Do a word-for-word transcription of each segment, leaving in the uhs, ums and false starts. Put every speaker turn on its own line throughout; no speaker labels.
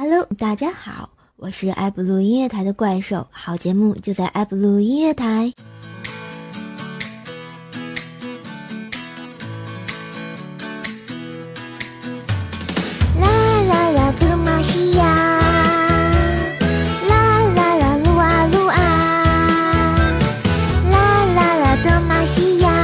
Hello， 大家好，我是爱布鲁音乐台的怪兽，好节目就在爱布鲁音乐台。
啦啦啦，德玛西亚，啦啦啦，噜啊噜啊，啦啦啦，德玛西亚，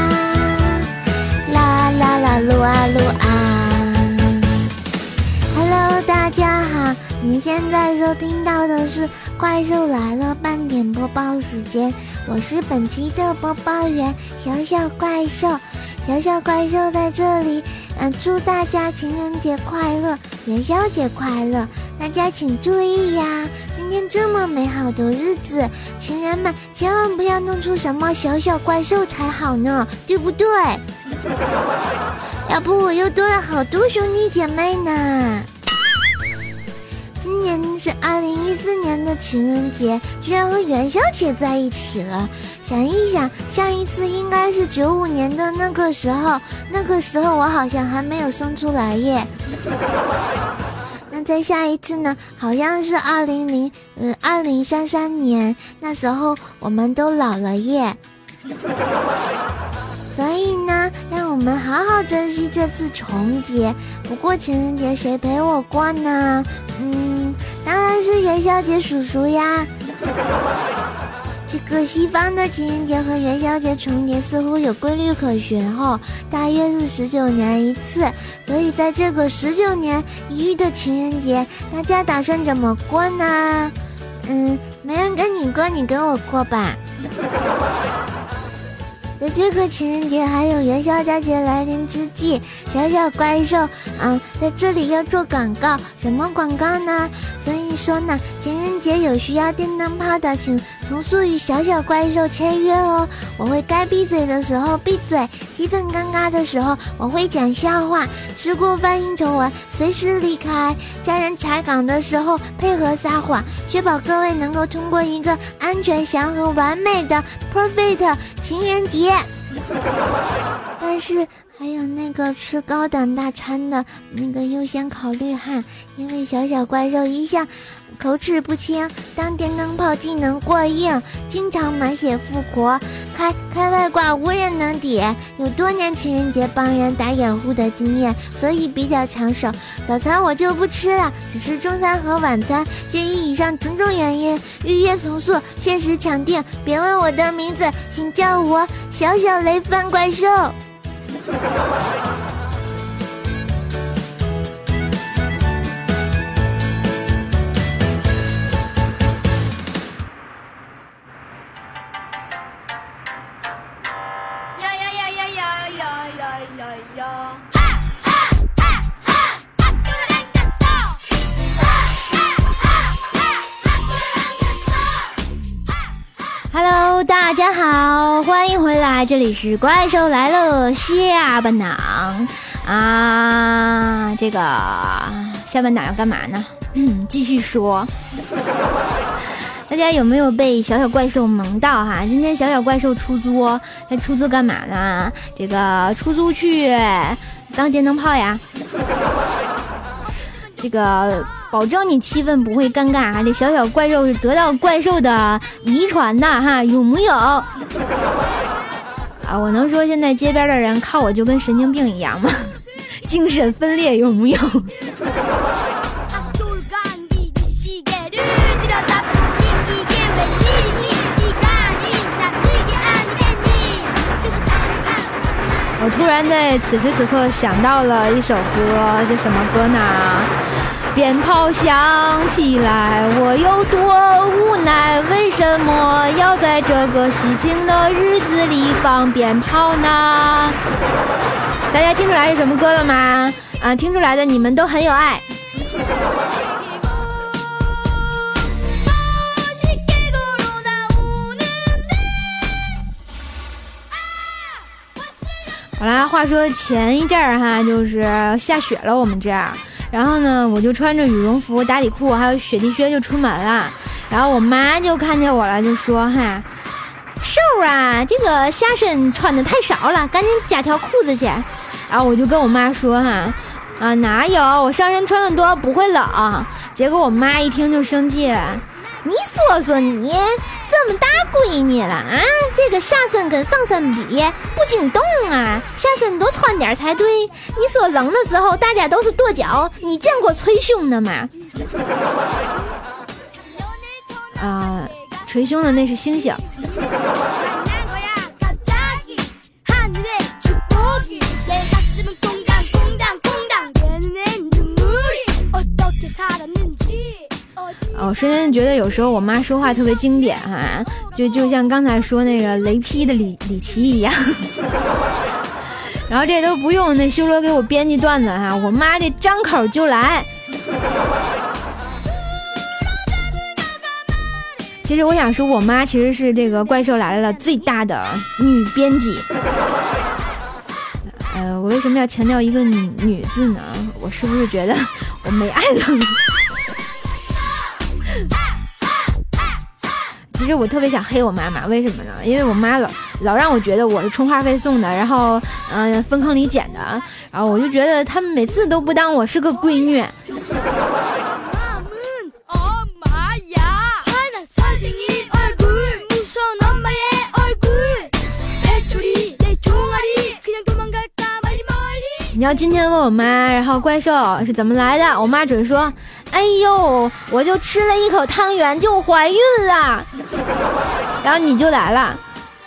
啦啦啦，噜啊噜啊。Hello， 大家好，您现在收听到的是《怪兽来了》半点播报时间，我是本期的播报员小小怪兽。小小怪兽在这里，嗯、呃，祝大家情人节快乐，元宵节快乐！大家请注意呀，今天这么美好的日子，情人们千万不要弄出什么小小怪兽才好呢，对不对？要不我又多了好多兄弟姐妹呢。今年是二零一四年的情人节，居然和元宵节在一起了。想一想，上一次应该是九五年的那个时候，那个时候我好像还没有生出来耶。那再下一次呢，好像是二零零呃二零三三年，那时候我们都老了耶。所以呢，让我们好好珍惜这次重节。不过情人节谁陪我过呢？嗯，当然是元宵节叔叔呀。这个西方的情人节和元宵节重叠似乎有规律可循哦，大约是十九年一次。所以在这个十九年一遇的情人节，大家打算怎么过呢？嗯，没人跟你过，你跟我过吧。在这个情人节还有元宵佳节来临之际，小小怪兽嗯，在这里要做广告。什么广告呢？所以说呢，情人节有需要电灯泡的，请从速与小小怪兽签约哦。我会该闭嘴的时候闭嘴，气氛尴尬的时候我会讲笑话，吃过饭应酬完随时离开，家人查岗的时候配合撒谎，确保各位能够通过一个安全祥和完美的 perfect 情人节。但是还有那个吃高档大餐的那个优先考虑哈，因为小小怪兽一向口齿不清，当电灯泡技能过硬，经常满血复活，开开外挂无人能抵，有多年情人节帮人打掩护的经验，所以比较抢手。早餐我就不吃了，只吃中餐和晚餐。鉴于以上种种原因，预约从速，限时抢订，别问我的名字，请叫我小小雷饭怪兽。
Hello， 大家好，欢迎回来，这里是怪兽来了下半档啊。这个下半档要干嘛呢？嗯，继续说。大家有没有被小小怪兽萌到哈？今天小小怪兽出租，他出租干嘛呢？这个出租去当电灯泡呀。这个保证你气氛不会尴尬哈，这小小怪兽是得到怪兽的遗传的哈，有木有？啊，我能说现在街边的人靠我就跟神经病一样吗？精神分裂有木有？我突然在此时此刻想到了一首歌，这什么歌呢？鞭炮响起来，我有多无奈，为什么要在这个喜庆的日子里放鞭炮呢？大家听出来是什么歌了吗？啊，听出来的你们都很有爱。好啦，话说前一阵儿哈，就是下雪了我们这儿，然后呢，我就穿着羽绒服、打底裤还有雪地靴就出门了，然后我妈就看见我了，就说哈，瘦啊，这个下身穿的太少了，赶紧加条裤子去。然后我就跟我妈说哈， 啊，哪有，我上身穿的多，不会冷。结果我妈一听就生气了，
你说说你这么大闺女了啊，这个下身跟上身比不经动啊，下身多穿点才对。你说冷的时候大家都是跺脚，你见过捶胸的吗？
啊、呃，捶胸的那是星星。我瞬间觉得有时候我妈说话特别经典哈、啊，就就像刚才说那个雷劈的李李琦一样。然后这都不用那修罗给我编辑段子哈、啊，我妈这张口就来。其实我想说，我妈其实是这个怪兽来了最大的女编辑。呃，我为什么要强调一个女女字呢？我是不是觉得我没爱了？其实我特别想黑我妈妈，为什么呢？因为我妈老老让我觉得我是充话费送的，然后嗯、呃、粪坑里捡的，然后我就觉得他们每次都不当我是个闺女。你要今天问我妈，然后怪兽是怎么来的，我妈准说，哎呦，我就吃了一口汤圆就怀孕了，然后你就来了。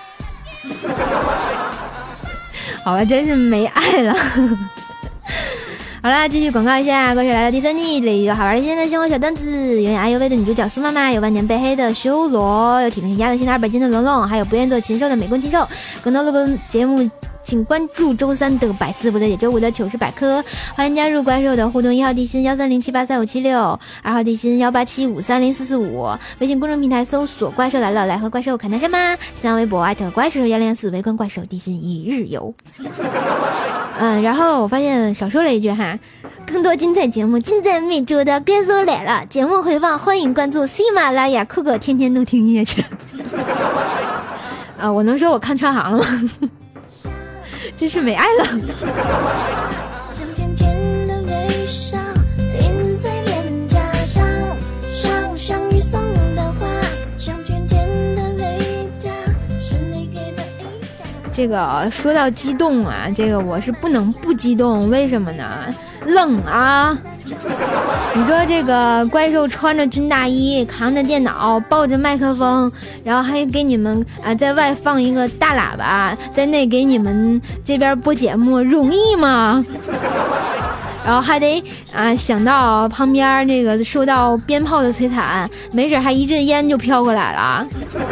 好吧，真是没爱了。好啦，继续广告一下，怪兽来了第三季，这里有好玩的新的生活小段子，有演爱有味的女主角苏妈妈，有万年被黑的修罗，有体重压的新的二百斤的龙龙，还有不愿做禽兽的美工禽兽。更多录播节目请关注周三的百思不得解，周五的糗事百科。欢迎加入怪兽的互动，一号地心幺三零七八三五七六，二号地心幺八七五三零四四五，微信公众平台搜索怪兽来了，来和怪兽侃谈什么？新浪微博艾特怪兽幺零四，围观怪兽地心一日游。嗯，然后我发现少说了一句哈，更多精彩节目尽在每周的怪兽来了节目回放，欢迎关注喜马拉雅酷狗天天都听音乐圈。啊，我能说我看川行了吗？真是没爱了。这个说到激动啊，这个我是不能不激动，为什么呢？冷啊！你说这个怪兽穿着军大衣，扛着电脑，抱着麦克风，然后还给你们啊、呃、在外放一个大喇叭，在内给你们这边播节目，容易吗？然后还得啊、呃、想到旁边这个受到鞭炮的摧残，没准还一阵烟就飘过来了。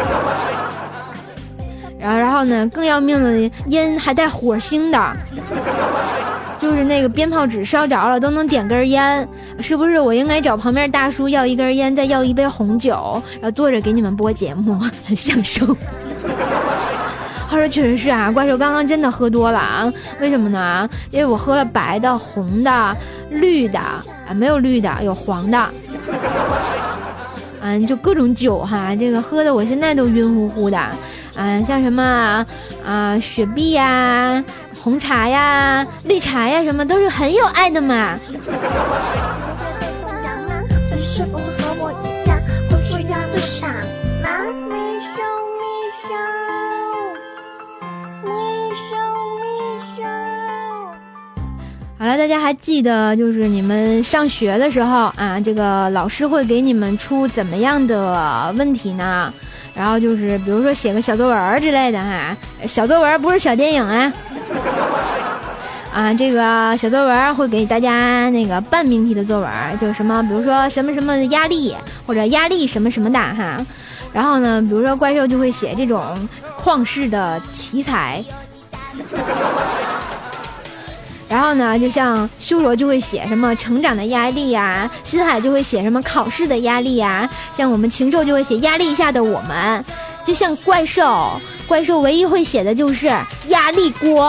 然后然后呢，更要命的烟还带火星的。就是那个鞭炮纸烧着了都能点根烟，是不是我应该找旁边大叔要一根烟，再要一杯红酒，然后坐着给你们播节目，很享受。他说确实是啊，怪兽刚刚真的喝多了啊，为什么呢？因为我喝了白的、红的、绿的啊，没有绿的，有黄的，嗯，就各种酒哈，这个喝的我现在都晕乎乎的，嗯，像什么啊、呃、雪碧呀、红茶呀、绿茶呀，什么都是很有爱的嘛。好了，大家还记得就是你们上学的时候啊，这个老师会给你们出怎么样的问题呢？然后就是比如说写个小作文之类的哈，小作文不是小电影啊。啊，这个小作文会给大家那个半命题的作文，就是什么，比如说什么什么的压力，或者压力什么什么的哈。然后呢，比如说怪兽就会写这种旷世的奇才。然后呢，就像修罗就会写什么成长的压力呀，新海就会写什么考试的压力呀，像我们禽兽就会写压力下的我们，就像怪兽，怪兽唯一会写的就是压力锅。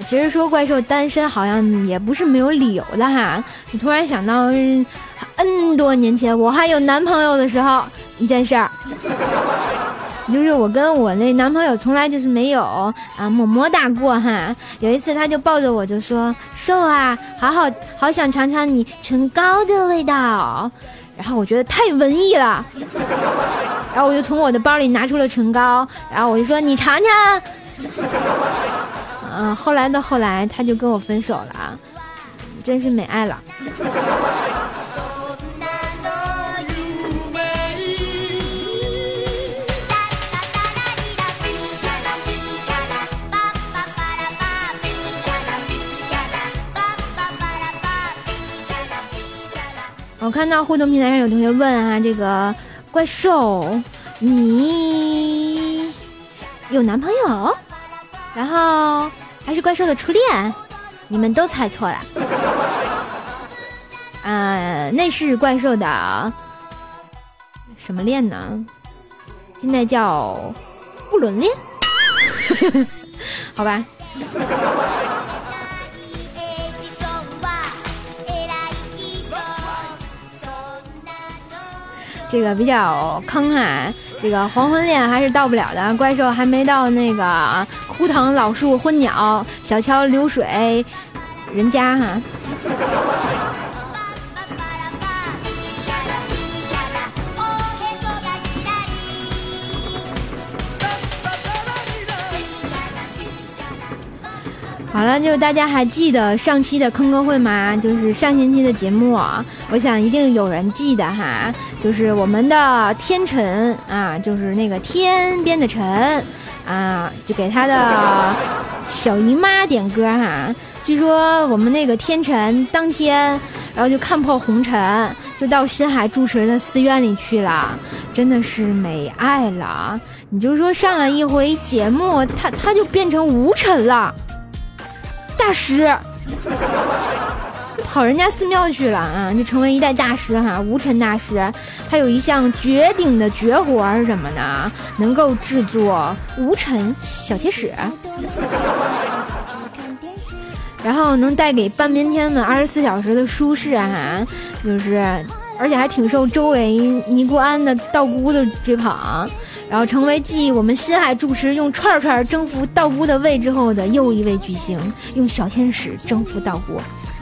其实说怪兽单身好像也不是没有理由的哈。你突然想到 N 多年前我还有男朋友的时候一件事儿，就是我跟我那男朋友从来就是没有啊么么哒过哈。有一次他就抱着我就说，瘦啊，好好好想尝尝你唇膏的味道。然后我觉得太文艺了，然后我就从我的包里拿出了唇膏，然后我就说你尝尝。嗯、呃，后来的后来他就跟我分手了，真是没爱了。我看到互动平台上有同学问啊，这个怪兽你有男朋友，然后还是怪兽的初恋，你们都猜错了。呃，那是怪兽的什么恋呢？现在叫不伦恋。好吧。这个比较坑哈，这个黄昏恋还是到不了的，怪兽还没到那个枯藤老树昏鸟小桥流水人家哈。好了，就大家还记得上期的坑哥会吗？就是上星期的节目啊，我想一定有人记得哈。就是我们的天辰啊，就是那个天边的辰啊，就给他的小姨妈点歌哈。据说我们那个天辰当天，然后就看破红尘，就到新海住持的寺院里去了，真的是没爱了。你就说上了一回节目，他他就变成无尘了。大师跑人家寺庙去了啊，就成为一代大师哈，无尘大师。他有一项绝顶的绝活是什么呢？能够制作无尘小贴士，然后能带给半边天们二十四小时的舒适哈，就是而且还挺受周围尼姑庵的道姑的追捧，然后成为继我们新海住持用串串征服道姑的位之后的又一位巨星，用小天使征服道姑。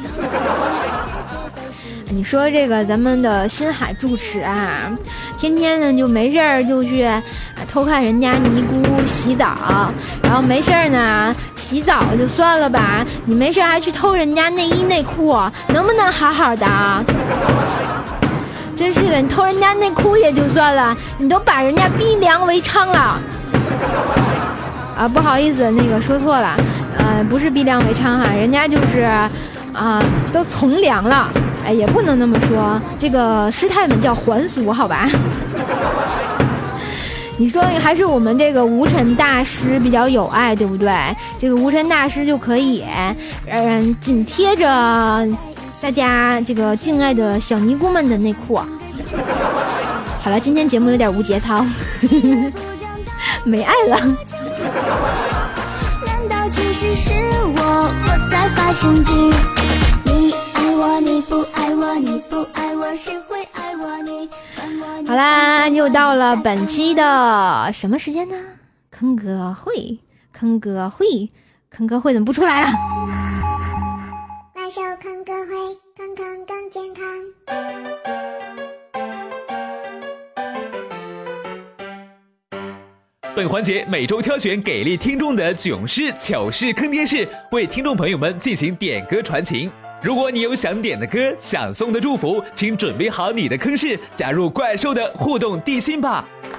你说这个咱们的新海住持啊，天天呢就没事儿就去偷看人家尼姑洗澡，然后没事儿呢洗澡就算了吧，你没事还去偷人家内衣内裤，能不能好好的？真是的，你偷人家内裤也就算了，你都把人家逼良为娼了。啊，不好意思，那个说错了，呃，不是逼良为娼哈，人家就是啊，都从良了。哎，也不能那么说，这个师太们叫还俗，好吧？你说还是我们这个无尘大师比较有爱，对不对？这个无尘大师就可以，嗯，紧贴着大家这个敬爱的小尼姑们的内裤。好了，今天节目有点无节操，没爱了。难道其实是我我在发神经？你爱我，你不爱我，你不爱我，谁会爱我？你好啦，又到了本期的什么时间呢？坑哥会，坑哥会，坑哥会怎么不出来了？
怪兽坑哥会，坑坑更健康。
本环节每周挑选给力听众的囧事、糗事、坑爹事，为听众朋友们进行点歌传情。如果你有想点的歌、想送的祝福，请准备好你的坑事，加入怪兽的互动地心吧。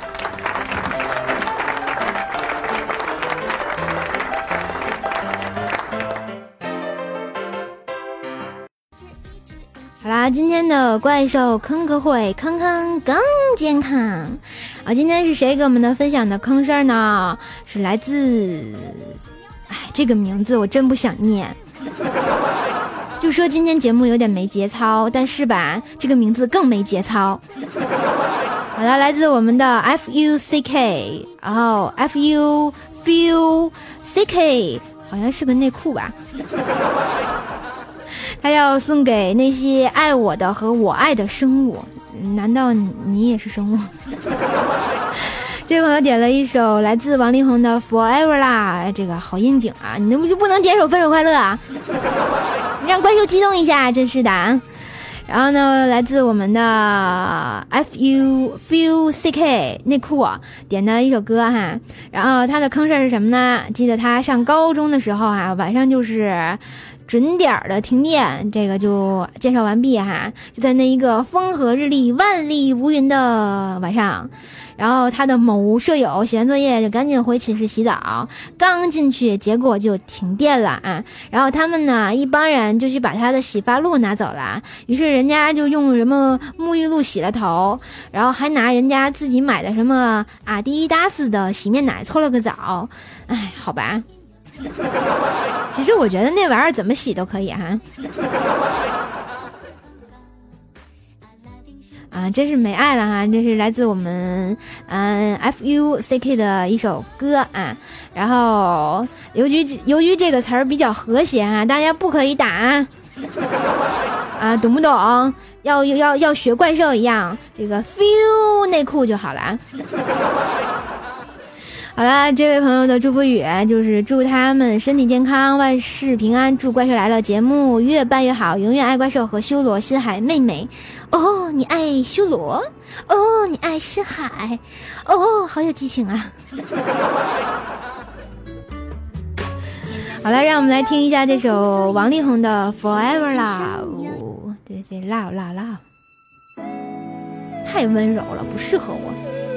好啦，今天的怪兽坑哥会，坑坑更健康啊！今天是谁给我们的分享的坑事儿呢？是来自，哎，这个名字我真不想念。就说今天节目有点没节操，但是吧，这个名字更没节操。好的，来自我们的 F U C K， 然后 F U F U C K 好像是个内裤吧。他要送给那些爱我的和我爱的生物。难道你也是生物？这个朋友点了一首来自王力宏的 Forever 啦，这个好应景啊！你能不就不能点首分手快乐啊？让怪兽激动一下，真是的。然后呢，来自我们的 F U F U C K 内裤、啊、点的一首歌哈。然后他的坑事是什么呢？记得他上高中的时候哈、啊，晚上就是准点的停电，这个就介绍完毕哈。就在那一个风和日丽、万里无云的晚上。然后他的某舍友写完作业就赶紧回寝室洗澡，刚进去结果就停电了啊！然后他们呢一帮人就去把他的洗发露拿走了，于是人家就用什么沐浴露洗了头，然后还拿人家自己买的什么阿迪达斯的洗面奶搓了个澡。哎，好吧，其实我觉得那玩意儿怎么洗都可以哈。啊，真是没爱了哈！这是来自我们嗯 F U C K 的一首歌啊。然后由于由于这个词儿比较和谐哈，大家不可以打啊，懂不懂？要要要学怪兽一样，这个 feel 内裤就好了。好了，这位朋友的祝福语就是祝他们身体健康，万事平安，祝怪兽来了节目越办越好，永远爱怪兽和修罗心海妹妹。哦，你爱修罗？哦，你爱心海？哦，好有激情啊！好了，让我们来听一下这首王力宏的 Forever Love。这这 love love love 太温柔了，不适合我。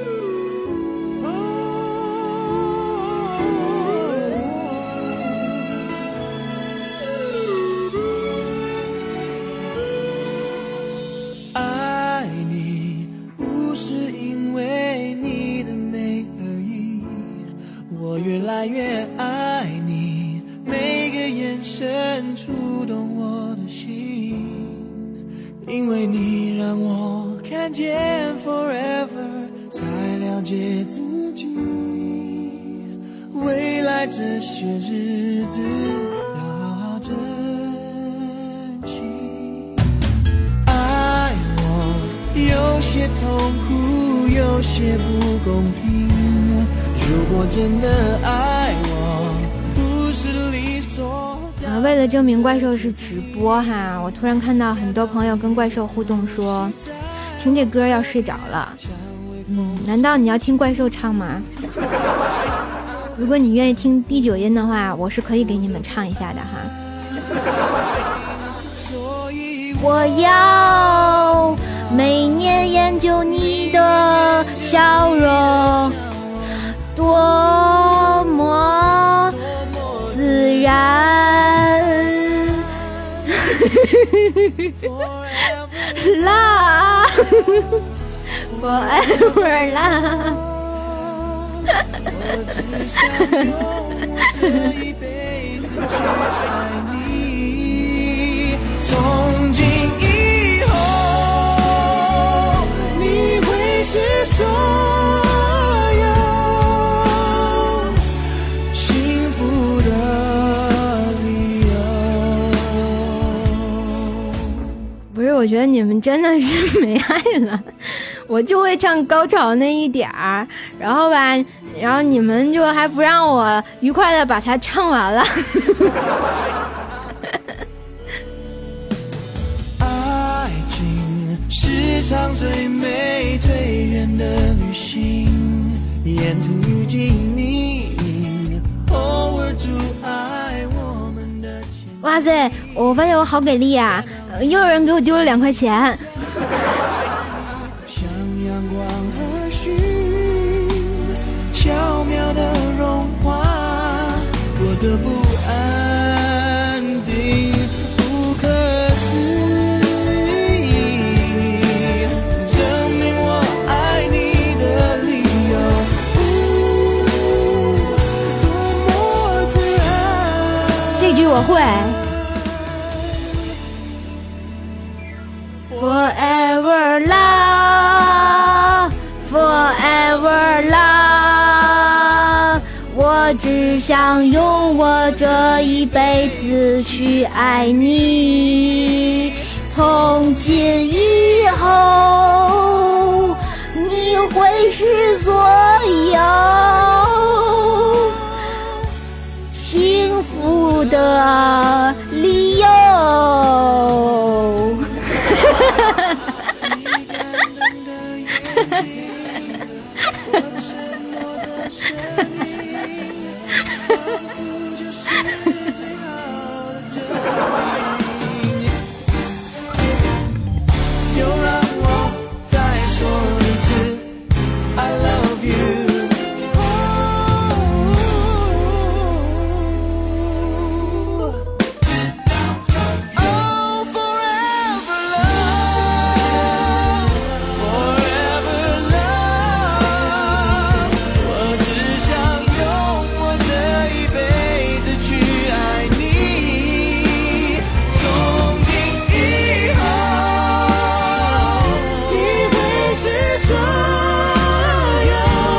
越来越爱你，每个眼神触动我的心，因为你让我看见 forever， 才了解自己，未来这些日子要好好珍惜。爱我有些痛苦，有些不公平，如果真的爱我，不是理所当然。
啊，为了证明怪兽是直播哈，我突然看到很多朋友跟怪兽互动说，听这歌要睡着了。嗯，难道你要听怪兽唱吗？如果你愿意听第九音的话，我是可以给你们唱一下的哈。我要每年研究你的笑容。多么自然啦，forever 啦。
我只想用我这一辈子去爱你，从今以后，你会是所
我觉得你们真的是没爱了，我就会唱高潮那一点儿，然后吧，然后你们就还不让我愉快的把它唱完了。
爱情是场最美最远的旅行，沿途遇见你，偶尔阻碍我们的前进。
哇塞，我发现我好给力啊！又有人给我丢了两块钱。
像阳光和煦，巧妙的融化我的不安定，不可思议，证明我爱你的理由，多么自然。
这句我会。Forever love, forever love， 我只想用我这一辈子去爱你，从今以后你会是所有幸福的理由。
就让我再说一次 I love you。 Oh forever love Forever love 我只想用我这一辈子去爱你，从今以后你会是所有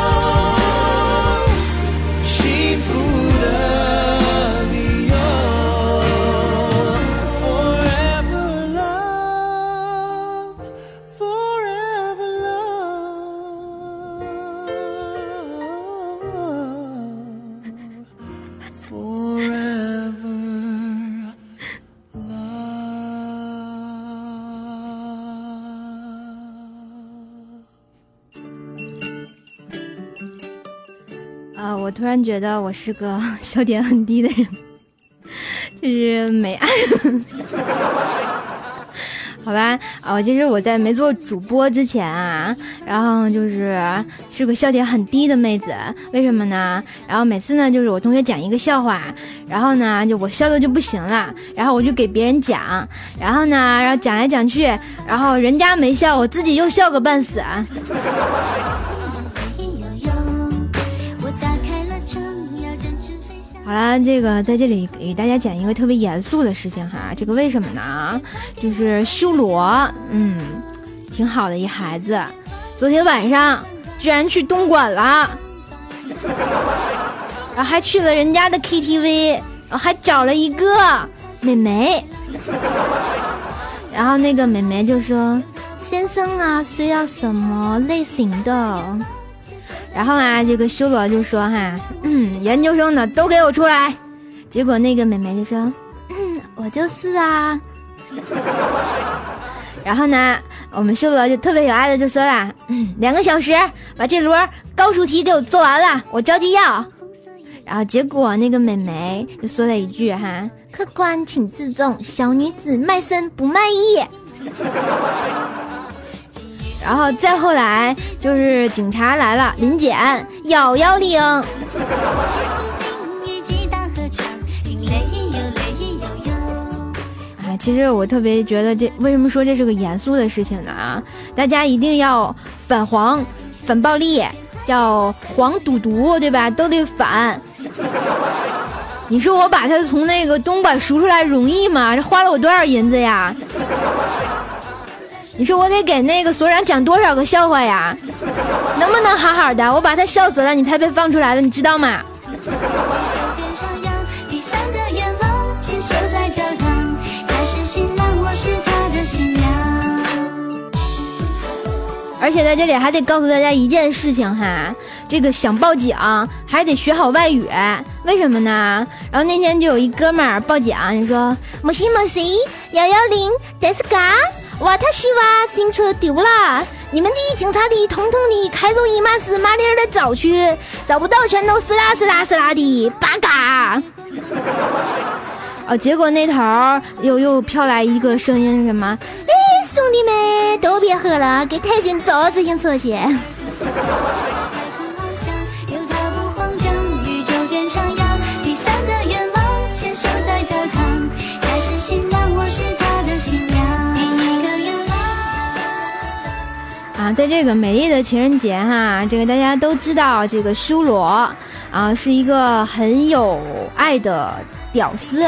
幸福的理由。 Forever love Forever love Forever
呃，我突然觉得我是个笑点很低的人，就是没爱。好吧，哦，其实我在没做主播之前啊，然后就是是个笑点很低的妹子，为什么呢？然后每次呢，就是我同学讲一个笑话，然后呢，就我笑的就不行了，然后我就给别人讲，然后呢，然后讲来讲去，然后人家没笑，我自己又笑个半死啊。好了，这个在这里给大家讲一个特别严肃的事情哈，这个为什么呢？就是修罗，嗯，挺好的一孩子，昨天晚上居然去东莞了，然后还去了人家的 K T V， 然后还找了一个美眉，然后那个美眉就说：“先生啊，需要什么类型的？”然后啊，这个修罗就说哈，嗯，研究生的都给我出来。结果那个美眉就说，嗯，我就是啊。然后呢，我们修罗就特别有爱的就说了，嗯，两个小时把这轮高数题给我做完了，我着急要。然后结果那个美眉就说了一句哈，客官请自重，小女子卖身不卖艺。然后再后来就是警察来了，临检幺幺零。哎，其实我特别觉得这为什么说这是个严肃的事情呢？啊，大家一定要反黄、反暴力，叫黄赌毒，对吧？都得反。你说我把他从那个东莞赎出来容易吗？这花了我多少银子呀？你说我得给那个所长讲多少个笑话呀？能不能好好的？我把他笑死了，你才被放出来的，你知道吗？而且在这里还得告诉大家一件事情哈，这个想报警还得学好外语，为什么呢？然后那天就有一哥们儿报警，你说莫西莫西幺幺零德斯嘎。哇，他西哇自行车丢了，你们的警察的统统的开路一马斯马里儿的找去，找不到全都撕拉撕拉撕拉的八嘎。哦，结果那头又又飘来一个声音，什么？哎，兄弟们都别喝了，给太君找自行车去。啊，在这个美丽的情人节哈，这个大家都知道，这个修罗啊是一个很有爱的屌丝。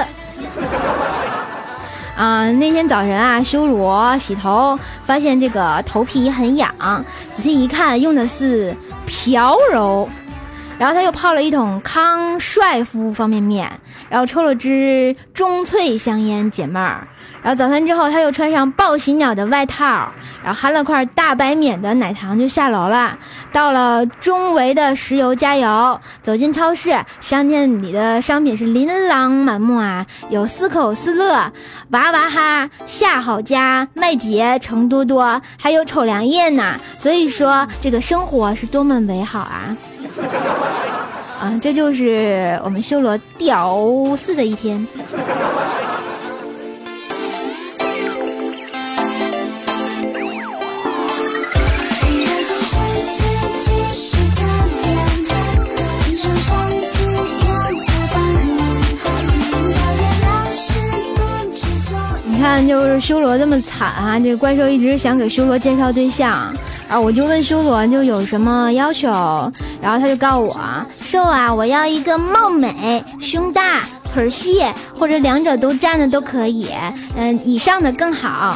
啊，那天早晨啊，修罗洗头，发现这个头皮很痒，仔细一看，用的是飘柔。 然后他又泡了一桶康帅夫方便面，然后抽了支中脆香烟解闷儿。然后早餐之后他又穿上报喜鸟的外套，然后含了块大白免的奶糖就下楼了。到了中维的石油加油，走进超市，商店里的商品是琳琅满目啊，有斯口斯乐、娃娃哈、夏好家、麦杰、成多多，还有丑良叶呢。所以说这个生活是多么美好啊！啊，这就是我们修罗屌丝的一天。你看，就是修罗这么惨啊！这个怪兽一直想给修罗介绍对象。然后我就问修罗就有什么要求，然后他就告诉我，兽啊，我要一个貌美、胸大、腿细，或者两者都占的都可以，嗯，以上的更好。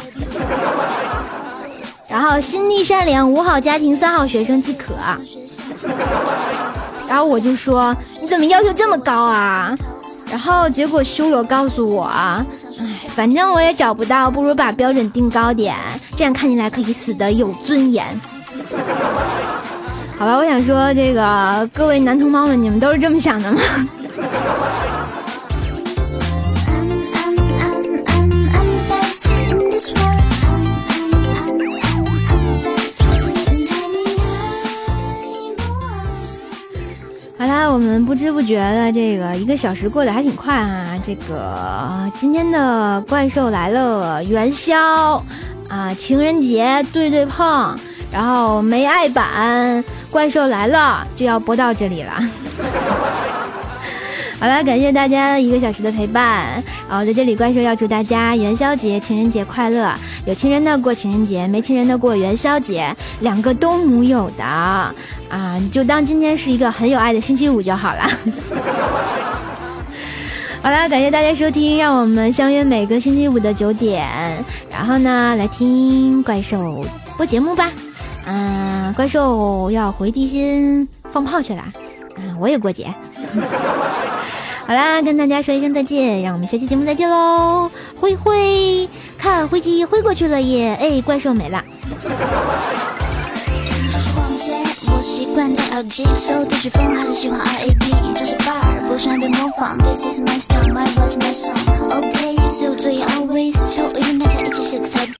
然后心地善良、五好家庭、三好学生即可。然后我就说你怎么要求这么高啊？然后结果修罗告诉我，哎，反正我也找不到，不如把标准定高点，这样看起来可以死得有尊严。好吧，我想说这个各位男同胞们，你们都是这么想的吗？好啦，我们不知不觉的这个一个小时过得还挺快啊。这个今天的怪兽来了元宵啊，情人节对对碰，然后没爱版怪兽来了就要播到这里了。好了，感谢大家一个小时的陪伴，然后在这里怪兽要祝大家元宵节情人节快乐，有情人的过情人节，没情人的过元宵节，两个都母有的啊，就当今天是一个很有爱的星期五就好了。好了，感谢大家收听，让我们相约每个星期五的九点，然后呢来听怪兽播节目吧。嗯，怪兽要回地心放炮去了，嗯，我也过节。好啦，跟大家说一声再见，让我们下期节目再见喽！挥挥，看飞机挥过去了耶！哎，怪兽没了。
我习惯在 L G， 所有地区风还是喜欢 R A P， 这是 bar， 不喜欢别模仿。This is my style, my voice, my song. OK， 所以我最 always 抽一跟大家一起写词。